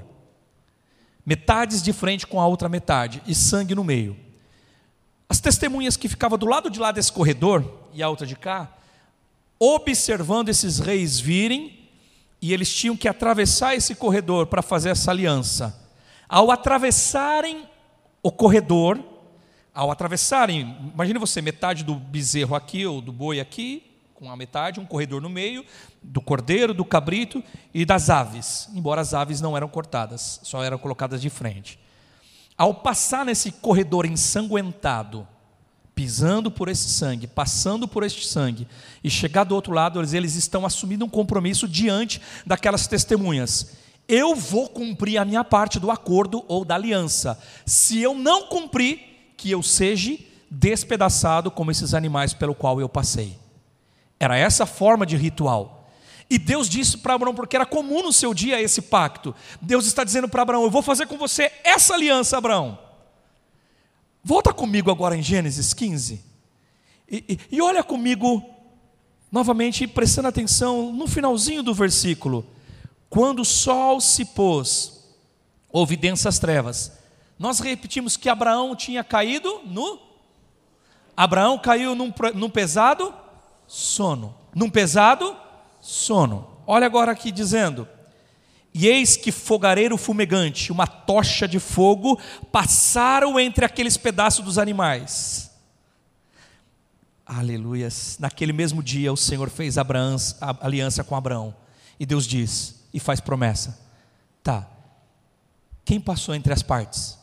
metades de frente com a outra metade, e sangue no meio. As testemunhas que ficavam do lado de lá desse corredor, e a outra de cá, observando esses reis virem, e eles tinham que atravessar esse corredor para fazer essa aliança. Ao atravessarem o corredor, imagine você, metade do bezerro aqui, ou do boi aqui, com a metade, um corredor no meio, do cordeiro, do cabrito e das aves, embora as aves não eram cortadas, só eram colocadas de frente. Ao passar nesse corredor ensanguentado, pisando por esse sangue, passando por este sangue, e chegar do outro lado, eles estão assumindo um compromisso diante daquelas testemunhas. Eu vou cumprir a minha parte do acordo ou da aliança. Se eu não cumprir, que eu seja despedaçado como esses animais pelo qual eu passei. Era essa a forma de ritual. E Deus disse para Abraão, porque era comum no seu dia esse pacto. Deus está dizendo para Abraão: eu vou fazer com você essa aliança, Abraão. Volta comigo agora em Gênesis 15. E olha comigo, novamente, prestando atenção no finalzinho do versículo. Quando o sol se pôs, houve densas trevas. Nós repetimos que Abraão tinha caído Abraão caiu num pesado sono. Num pesado sono. Olha agora aqui dizendo: e eis que fogareiro fumegante, uma tocha de fogo, passaram entre aqueles pedaços dos animais. Aleluias. Naquele mesmo dia o Senhor fez a aliança com Abraão. E Deus diz, e faz promessa: tá, quem passou entre as partes?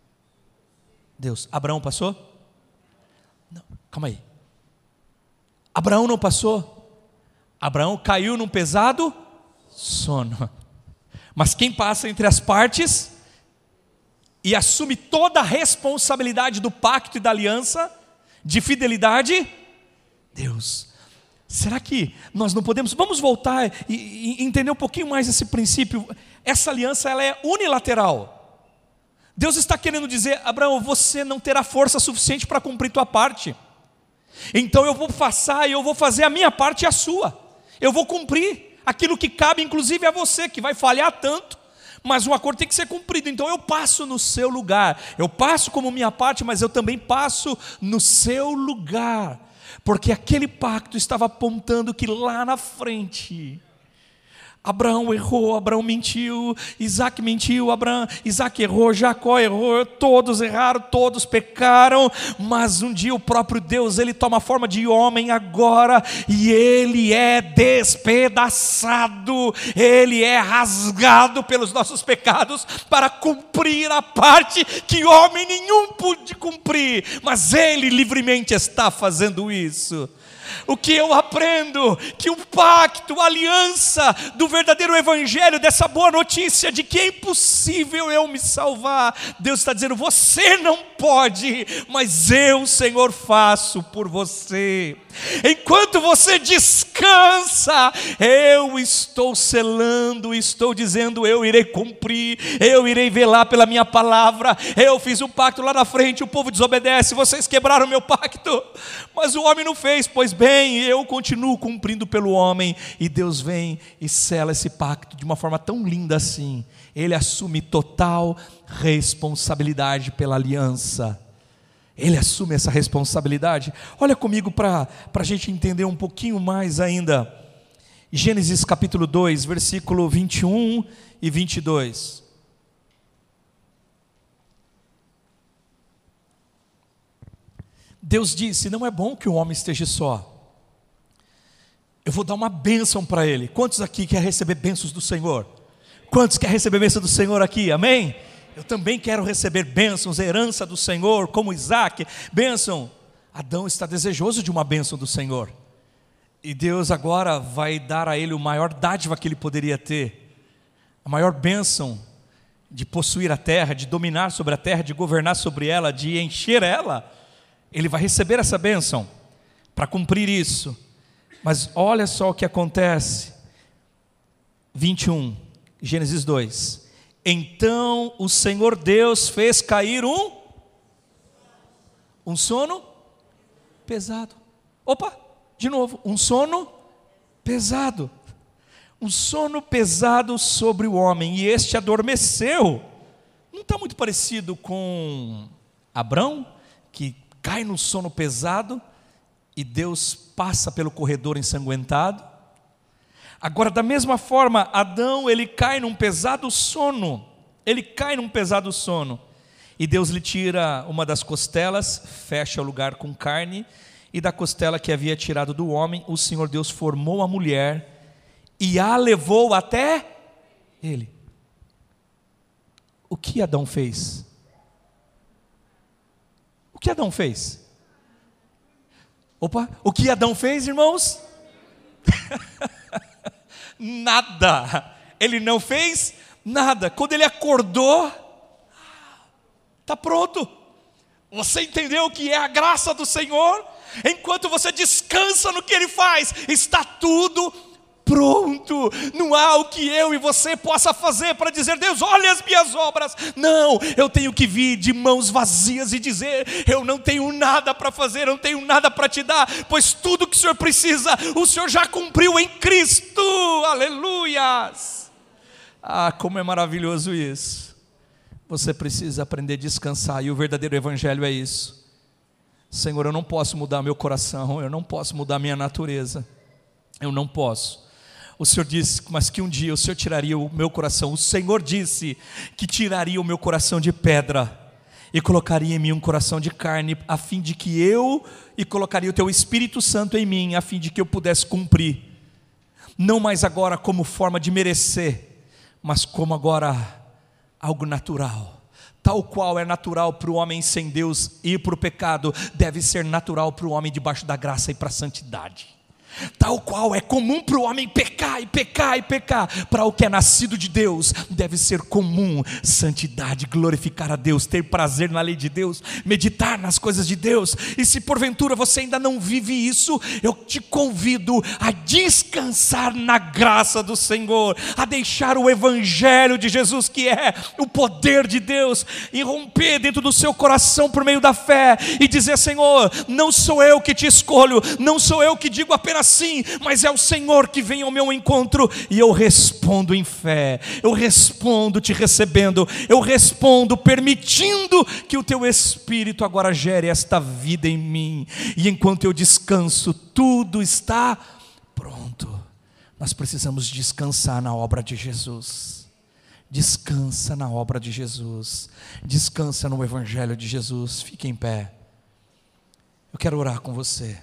Deus. Abraão passou? Não, calma aí. Abraão não passou? Abraão caiu num pesado sono. Mas quem passa entre as partes e assume toda a responsabilidade do pacto e da aliança, de fidelidade? Deus. Será que nós não podemos? Vamos voltar e entender um pouquinho mais esse princípio. Essa aliança, ela é unilateral. Deus está querendo dizer: Abraão, você não terá força suficiente para cumprir tua parte. Então eu vou passar e eu vou fazer a minha parte e a sua. Eu vou cumprir aquilo que cabe, inclusive a você, que vai falhar tanto, mas o acordo tem que ser cumprido. Então eu passo no seu lugar. Eu passo como minha parte, mas eu também passo no seu lugar, porque aquele pacto estava apontando que lá na frente Abraão errou, Abraão mentiu, Isaac mentiu, Isaac errou, Jacó errou, todos erraram, todos pecaram, mas um dia o próprio Deus, ele toma a forma de homem agora, e ele é despedaçado, ele é rasgado pelos nossos pecados, para cumprir a parte que homem nenhum pôde cumprir, mas ele livremente está fazendo isso. O que eu aprendo? Que o pacto, a aliança do verdadeiro evangelho, dessa boa notícia de que é impossível eu me salvar, Deus está dizendo: você não pode, mas eu, Senhor, faço por você. Enquanto você descansa, eu estou selando, estou dizendo: eu irei cumprir, eu irei velar pela minha palavra. Eu fiz um pacto lá na frente, o povo desobedece, vocês quebraram o meu pacto, mas o homem não fez. Pois bem, eu continuo cumprindo pelo homem, e Deus vem e sela esse pacto de uma forma tão linda assim. Ele assume total responsabilidade pela aliança. Ele assume essa responsabilidade. Olha comigo para a gente entender um pouquinho mais ainda Gênesis capítulo 2, versículo 21 e 22. Deus disse: não é bom que o homem esteja só. Eu vou dar uma bênção para ele. Quantos aqui querem receber bênçãos do Senhor? Quantos querem receber bênção do Senhor aqui? Amém? Eu também quero receber bênçãos, herança do Senhor, como Isaac. Bênção. Adão está desejoso de uma bênção do Senhor. E Deus agora vai dar a ele o maior dádiva que ele poderia ter. A maior bênção de possuir a terra, de dominar sobre a terra, de governar sobre ela, de encher ela. Ele vai receber essa bênção para cumprir isso. Mas olha só o que acontece. 21, Gênesis 2. Então o Senhor Deus fez cair um sono pesado. Opa, de novo, um sono pesado. Um sono pesado sobre o homem, e este adormeceu. Não está muito parecido com Abrão, que cai no sono pesado, e Deus passa pelo corredor ensanguentado? Agora, da mesma forma, Adão, ele cai num pesado sono. Ele cai num pesado sono. E Deus lhe tira uma das costelas, fecha o lugar com carne, e da costela que havia tirado do homem, o Senhor Deus formou a mulher e a levou até ele. O que Adão fez? O que Adão fez? Opa, o que Adão fez, irmãos? Nada. Ele não fez nada. Quando ele acordou, está pronto. Você entendeu o que é a graça do Senhor? Enquanto você descansa no que Ele faz, está tudo pronto. Não há o que eu e você possa fazer para dizer: Deus, olha as minhas obras. Não, eu tenho que vir de mãos vazias e dizer: eu não tenho nada para fazer, eu não tenho nada para te dar, pois tudo que o Senhor precisa, o Senhor já cumpriu em Cristo. Aleluias. Ah, como é maravilhoso isso. Você precisa aprender a descansar, e o verdadeiro evangelho é isso. Senhor, eu não posso mudar meu coração, eu não posso mudar minha natureza, eu não posso. O Senhor disse, mas que um dia o Senhor tiraria o meu coração. O Senhor disse que tiraria o meu coração de pedra e colocaria em mim um coração de carne, a fim de que e colocaria o teu Espírito Santo em mim, a fim de que eu pudesse cumprir, não mais agora como forma de merecer, mas como agora algo natural. Tal qual é natural para o homem sem Deus ir para o pecado, deve ser natural para o homem debaixo da graça e para a santidade. Tal qual é comum para o homem pecar e pecar e pecar, para o que é nascido de Deus deve ser comum santidade, glorificar a Deus, ter prazer na lei de Deus, meditar nas coisas de Deus. E se porventura você ainda não vive isso, eu te convido a descansar na graça do Senhor, a deixar o evangelho de Jesus, que é o poder de Deus, irromper dentro do seu coração por meio da fé e dizer: Senhor, não sou eu que te escolho, não sou eu que digo apenas sim, mas é o Senhor que vem ao meu encontro, e eu respondo em fé, eu respondo te recebendo, eu respondo permitindo que o teu Espírito agora gere esta vida em mim, e enquanto eu descanso, tudo está pronto. Nós precisamos descansar na obra de Jesus. Descansa na obra de Jesus, descansa no evangelho de Jesus. Fique em pé, eu quero orar com você.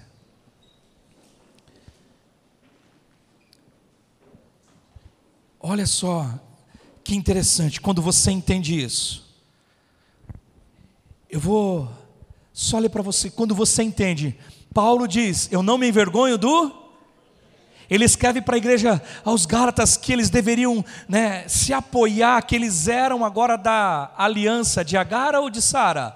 Olha só, que interessante, quando você entende isso. Eu vou só ler para você, quando você entende, Paulo diz: eu não me envergonho Ele escreve para a igreja, aos Gálatas, que eles deveriam se apoiar, que eles eram agora da aliança de Agar ou de Sara?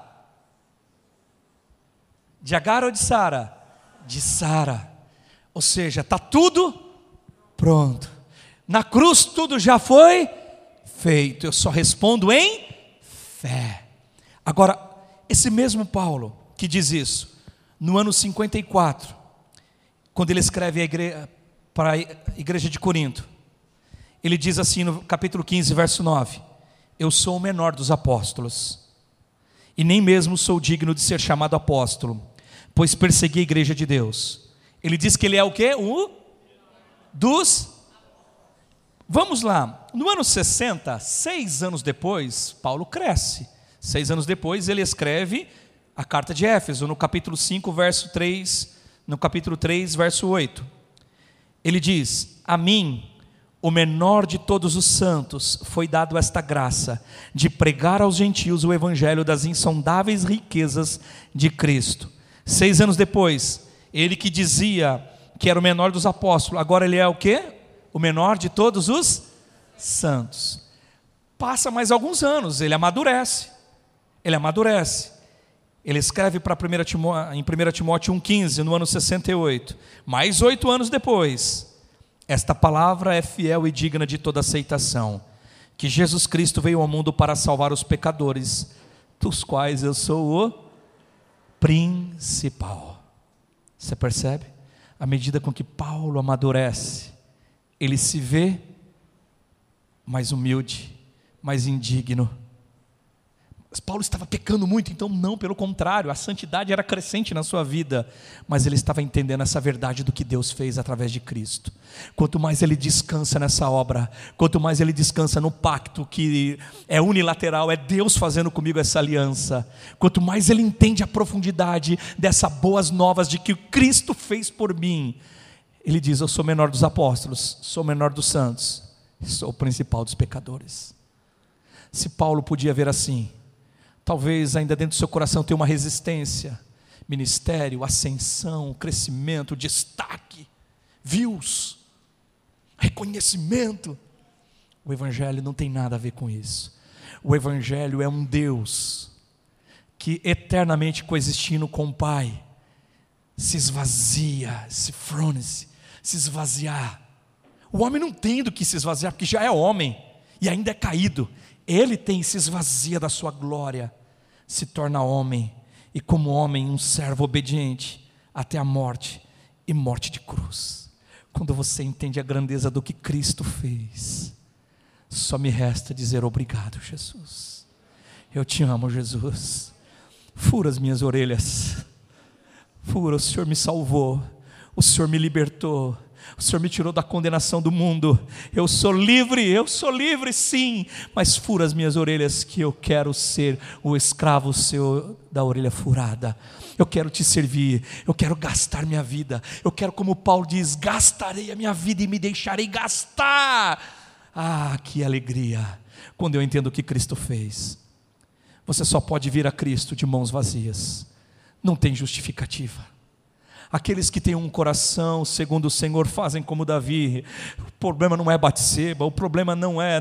De Agar ou de Sara? De Sara. Ou seja, está tudo pronto. Na cruz tudo já foi feito, eu só respondo em fé. Agora, esse mesmo Paulo que diz isso, no ano 54, quando ele escreve para a igreja de Corinto, ele diz assim no capítulo 15, verso 9: eu sou o menor dos apóstolos, e nem mesmo sou digno de ser chamado apóstolo, pois persegui a igreja de Deus. Ele diz que ele é o quê? Vamos lá, no ano 60, 6 anos depois, Paulo cresce. 6 anos depois ele escreve a carta de Éfeso, no capítulo 5, verso 3, no capítulo 3, verso 8. Ele diz: a mim, o menor de todos os santos, foi dado esta graça de pregar aos gentios o evangelho das insondáveis riquezas de Cristo. 6 anos depois, ele que dizia que era o menor dos apóstolos, agora ele é o quê? O menor de todos os santos. Passa mais alguns anos, ele amadurece. Ele escreve para em 1 Timóteo 1,15, no ano 68. Mais 8 anos depois, esta palavra é fiel e digna de toda aceitação, que Jesus Cristo veio ao mundo para salvar os pecadores, dos quais eu sou o principal. Você percebe? À medida com que Paulo amadurece, ele se vê mais humilde, mais indigno. Mas Paulo estava pecando muito, então não, pelo contrário, a santidade era crescente na sua vida, mas ele estava entendendo essa verdade do que Deus fez através de Cristo. Quanto mais ele descansa nessa obra, quanto mais ele descansa no pacto que é unilateral, é Deus fazendo comigo essa aliança, quanto mais ele entende a profundidade dessas boas novas de que Cristo fez por mim, ele diz: eu sou o menor dos apóstolos, sou o menor dos santos, sou o principal dos pecadores. Se Paulo podia ver assim, talvez ainda dentro do seu coração tenha uma resistência. Ministério, ascensão, crescimento, destaque, views, reconhecimento. O Evangelho não tem nada a ver com isso. O Evangelho é um Deus que eternamente coexistindo com o Pai, se esvazia, se esvaziar. O homem não tem do que se esvaziar, porque já é homem e ainda é caído. Ele se esvazia da sua glória, se torna homem, e como homem um servo obediente até a morte, e morte de cruz. Quando você entende a grandeza do que Cristo fez, só me resta dizer: obrigado, Jesus. Eu te amo, Jesus. Fura as minhas orelhas. Fura, o Senhor me salvou, o Senhor me libertou, o Senhor me tirou da condenação do mundo. Eu sou livre sim, mas fura as minhas orelhas, que eu quero ser o escravo seu da orelha furada. Eu quero te servir, eu quero gastar minha vida, eu quero, como Paulo diz, gastarei a minha vida e me deixarei gastar. Ah, que alegria, quando eu entendo o que Cristo fez. Você só pode vir a Cristo de mãos vazias, não tem justificativa. Aqueles que têm um coração segundo o Senhor fazem como Davi. O problema não é Batseba, o problema não é,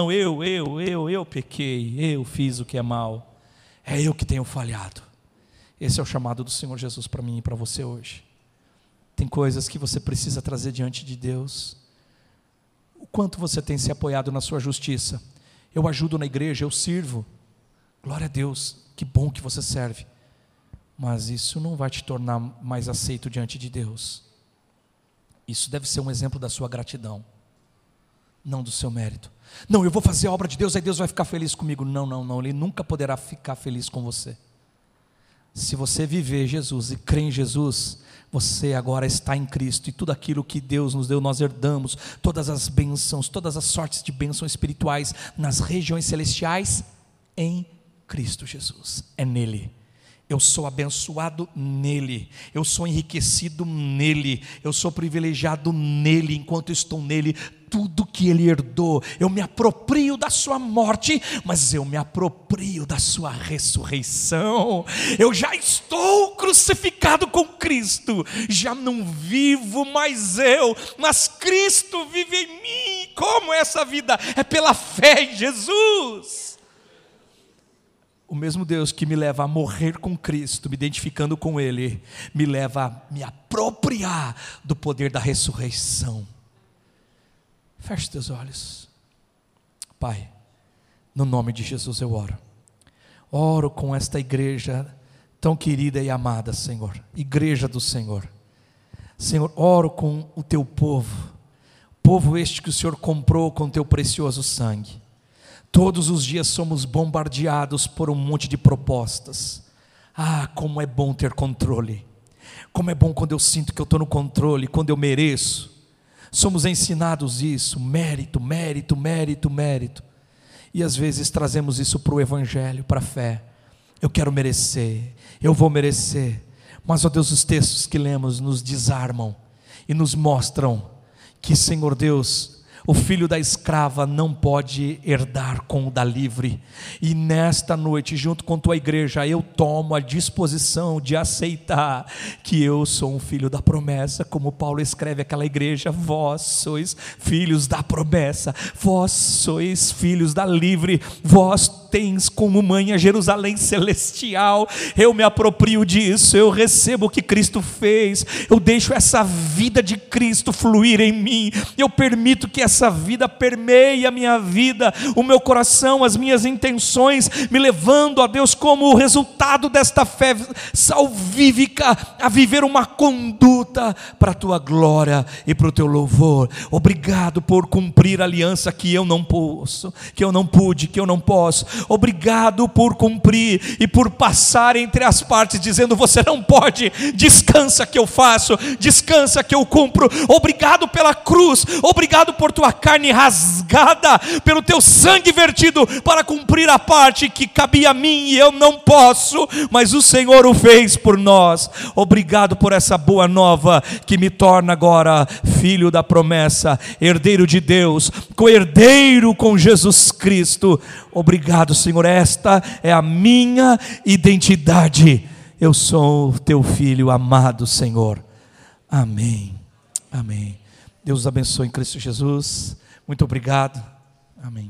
eu pequei, eu fiz o que é mal, é eu que tenho falhado. Esse é o chamado do Senhor Jesus para mim e para você hoje. Tem coisas que você precisa trazer diante de Deus. O quanto você tem se apoiado na sua justiça? Eu ajudo na igreja, eu sirvo. Glória a Deus, que bom que você serve. Mas isso não vai te tornar mais aceito diante de Deus. Isso deve ser um exemplo da sua gratidão, não do seu mérito. Não, eu vou fazer a obra de Deus, aí Deus vai ficar feliz comigo. Não, Ele nunca poderá ficar feliz com você. Se você viver Jesus e crer em Jesus, você agora está em Cristo, e tudo aquilo que Deus nos deu, nós herdamos, todas as bênçãos, todas as sortes de bênçãos espirituais nas regiões celestiais, em Cristo Jesus. É nele. Eu sou abençoado nele, eu sou enriquecido nele, eu sou privilegiado nele. Enquanto estou nele, tudo que ele herdou, eu me aproprio da sua morte, mas eu me aproprio da sua ressurreição. Eu já estou crucificado com Cristo, já não vivo mais eu, mas Cristo vive em mim. Como é essa vida? É pela fé em Jesus. O mesmo Deus que me leva a morrer com Cristo, me identificando com Ele, me leva a me apropriar do poder da ressurreição. Feche teus olhos. Pai, no nome de Jesus eu oro. Oro com esta igreja tão querida e amada, Senhor. Igreja do Senhor. Senhor, oro com o teu povo. Povo este que o Senhor comprou com teu precioso sangue. Todos os dias somos bombardeados por um monte de propostas. Ah, como é bom ter controle. Como é bom quando eu sinto que eu estou no controle, quando eu mereço. Somos ensinados isso, mérito, mérito, mérito, mérito. E às vezes trazemos isso para o Evangelho, para a fé. Eu quero merecer, eu vou merecer. Mas, ó Deus, os textos que lemos nos desarmam e nos mostram que, Senhor Deus, o filho da escrava não pode herdar com o da livre. E nesta noite, junto com tua igreja, eu tomo a disposição de aceitar que eu sou um filho da promessa, como Paulo escreve àquela igreja: vós sois filhos da promessa, vós sois filhos da livre, vós tens como mãe a Jerusalém celestial. Eu me aproprio disso, eu recebo o que Cristo fez, eu deixo essa vida de Cristo fluir em mim, eu permito que essa vida permeie a minha vida, o meu coração, as minhas intenções, me levando a Deus como o resultado desta fé salvífica, a viver uma conduta para a tua glória e para o teu louvor. Obrigado por cumprir a aliança que eu não posso, que eu não pude, que eu não posso. Obrigado por cumprir e por passar entre as partes, dizendo: você não pode, descansa que eu faço, descansa que eu cumpro. Obrigado pela cruz, obrigado por tua carne rasgada, pelo teu sangue vertido para cumprir a parte que cabia a mim e eu não posso, mas o Senhor o fez por nós. Obrigado por essa boa nova que me torna agora filho da promessa, herdeiro de Deus, co-herdeiro com Jesus Cristo. Obrigado, Senhor, esta é a minha identidade. Eu sou teu filho amado, Senhor. Amém, amém. Deus os abençoe em Cristo Jesus. Muito obrigado. Amém.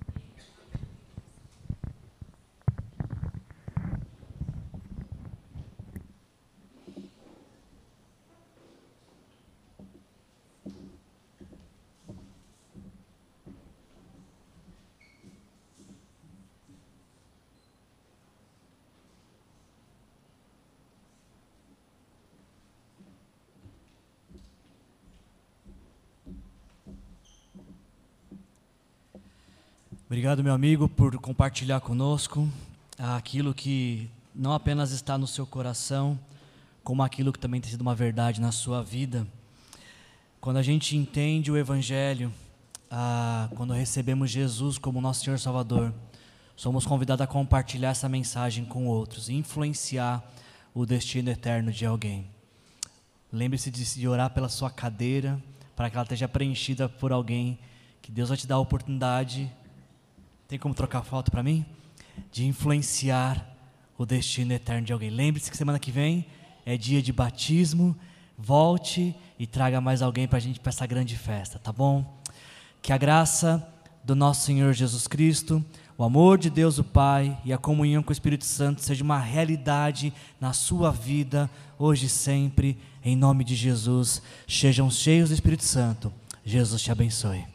Obrigado, meu amigo, por compartilhar conosco aquilo que não apenas está no seu coração, como aquilo que também tem sido uma verdade na sua vida. Quando a gente entende o Evangelho, quando recebemos Jesus como nosso Senhor e Salvador, somos convidados a compartilhar essa mensagem com outros, influenciar o destino eterno de alguém. Lembre-se de orar pela sua cadeira, para que ela esteja preenchida por alguém, que Deus vai te dar a oportunidade. Tem como trocar foto para mim? De influenciar o destino eterno de alguém. Lembre-se que semana que vem é dia de batismo. Volte e traga mais alguém para a gente, para essa grande festa, tá bom? Que a graça do nosso Senhor Jesus Cristo, o amor de Deus o Pai e a comunhão com o Espírito Santo seja uma realidade na sua vida, hoje e sempre, em nome de Jesus. Sejam cheios do Espírito Santo. Jesus te abençoe.